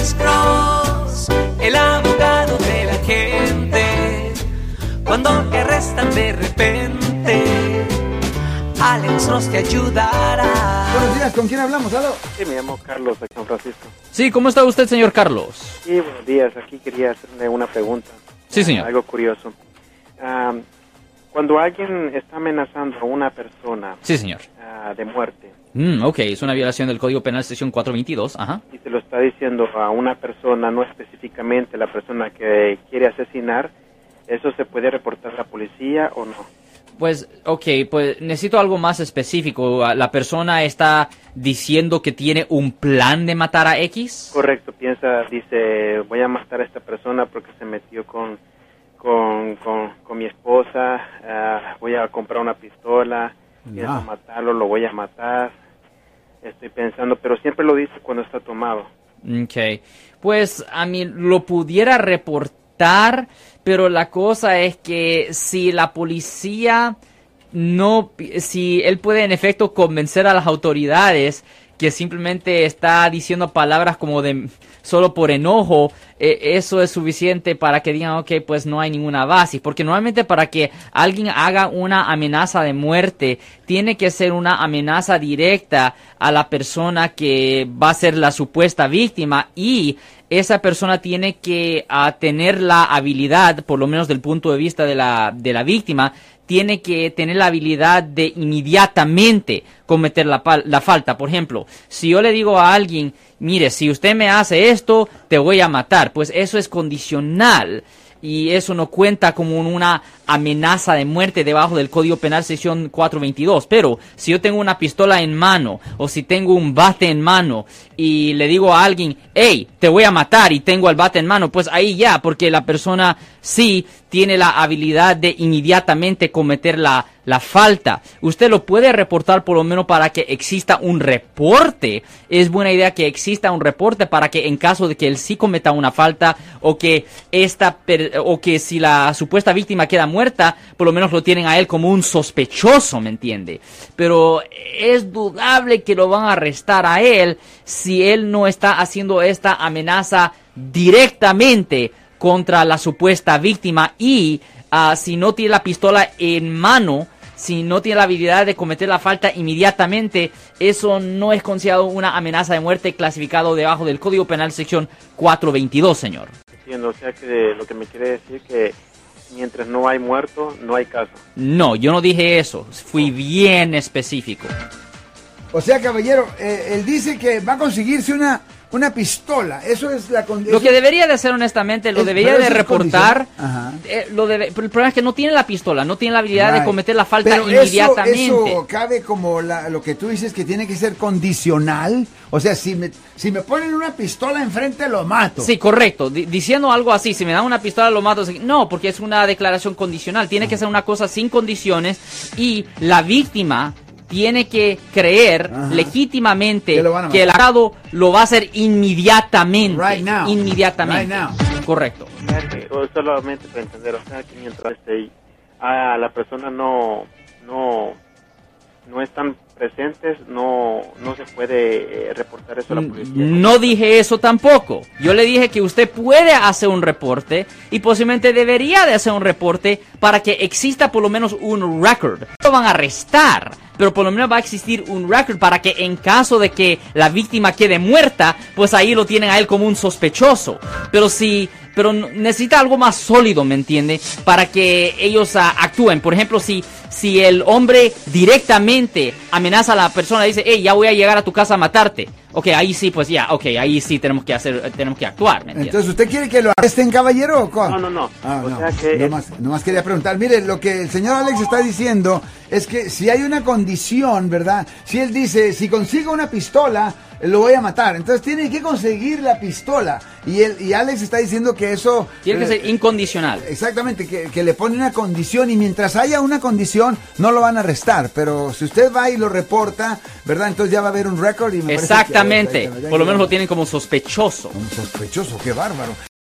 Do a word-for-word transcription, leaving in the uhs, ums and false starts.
Alex Cross, el abogado de la gente. Cuando te arrestan de repente, Alex Cross te ayudará. Buenos días, ¿con quién hablamos? ¿Aló? Sí, me llamo Carlos, de San Francisco. Sí, ¿cómo está usted, señor Carlos? Sí, buenos días. Aquí quería hacerle una pregunta. Sí, señor. Algo curioso. Um, cuando alguien está amenazando a una persona Sí, señor. uh, de muerte, Mm, ok, es una violación del Código Penal, sección cuatrocientos veintidós, ajá. y se lo está diciendo a una persona, no específicamente la persona que quiere asesinar, ¿eso se puede reportar a la policía o no? Pues, ok, pues necesito algo más específico. ¿La persona está diciendo que tiene un plan de matar a X? Correcto, piensa, dice, voy a matar a esta persona porque se metió con, con, con, con mi esposa, uh, voy a comprar una pistola, pienso Ah. matarlo, lo voy a matar, estoy pensando, pero siempre lo dice cuando está tomado. Ok, pues a mí lo pudiera reportar, pero la cosa es que si la policía no, si él puede en efecto convencer a las autoridades que simplemente está diciendo palabras como de solo por enojo, eh, eso es suficiente para que digan, ok, pues no hay ninguna base. Porque normalmente para que alguien haga una amenaza de muerte, tiene que ser una amenaza directa a la persona que va a ser la supuesta víctima, y esa persona tiene que uh, tener la habilidad, por lo menos del punto de vista de la, de la víctima, tiene que tener la habilidad de inmediatamente cometer la, la falta. Por ejemplo, si yo le digo a alguien, mire, si usted me hace esto, te voy a matar, pues eso es condicional. Y eso no cuenta como una amenaza de muerte debajo del Código Penal sección cuatrocientos veintidós. Pero si yo tengo una pistola en mano o si tengo un bate en mano y le digo a alguien, hey, te voy a matar, y tengo el bate en mano, pues ahí ya, porque la persona sí tiene la habilidad de inmediatamente cometer la, la falta. Usted lo puede reportar por lo menos para que exista un reporte. Es buena idea que exista un reporte para que en caso de que él sí cometa una falta, o que esta per, o que si la supuesta víctima queda muerta, por lo menos lo tienen a él como un sospechoso, ¿me entiende? Pero es dudable que lo van a arrestar a él si él no está haciendo esta amenaza directamente contra la supuesta víctima, y uh, si no tiene la pistola en mano, si no tiene la habilidad de cometer la falta inmediatamente, eso no es considerado una amenaza de muerte clasificado debajo del Código Penal sección cuatrocientos veintidós, señor. Entiendo, o sea que lo que me quiere decir que mientras no hay muerto, no hay caso. No, yo no dije eso, fui bien específico. O sea, caballero, eh, él dice que va a conseguirse una, una pistola. Eso es la condición. Lo que debería de hacer, honestamente, lo Es- debería pero de eso es reportar. Ajá. Eh, lo debe, pero el problema es que no tiene la pistola, no tiene la habilidad Right. de cometer la falta Pero inmediatamente. Eso, eso cabe como la, lo que tú dices, que tiene que ser condicional. O sea, si me, si me ponen una pistola enfrente, lo mato. Sí, correcto. D- diciendo algo así, si me dan una pistola lo mato. No, porque es una declaración condicional. Tiene que ser una cosa sin condiciones, y la víctima tiene que creer Ajá. legítimamente Que lo van a que el matar. atacado lo va a hacer inmediatamente. Right now. Inmediatamente. Right now. Correcto. O sea que, o solamente para entender, o sea que mientras este, a la persona no, no, no están presentes, no, no se puede eh, reportar eso a la policía. No dije eso tampoco. Yo le dije que usted puede hacer un reporte, y posiblemente debería de hacer un reporte para que exista por lo menos un record. No lo van a arrestar, pero por lo menos va a existir un record para que en caso de que la víctima quede muerta, pues ahí lo tienen a él como un sospechoso. Pero si... Pero necesita algo más sólido, ¿me entiende? Para que ellos uh, actúen. Por ejemplo, si, si el hombre directamente amenaza a la persona, dice, hey, ya voy a llegar a tu casa a matarte. Ok, ahí sí, pues ya, ok, ahí sí tenemos que hacer, tenemos que actuar, ¿me entiende? Entonces, ¿usted quiere que lo arresten, caballero? ¿O cómo? No, no, no. Ah, O no. sea que- Nomás, nomás quería preguntar. Mire, lo que el señor Alex está diciendo es que si hay una condición, ¿verdad? Si él dice, si consigo una pistola, lo voy a matar. Entonces tiene que conseguir la pistola. Y él, y Alex está diciendo que eso... Tiene que eh, ser incondicional. Exactamente, que, que le pone una condición, y mientras haya una condición no lo van a arrestar, pero si usted va y lo reporta, ¿verdad? Entonces ya va a haber un récord y me parece que- Exactamente. ya- ya- ya- Por lo menos lo tienen como sospechoso. Un sospechoso, qué bárbaro.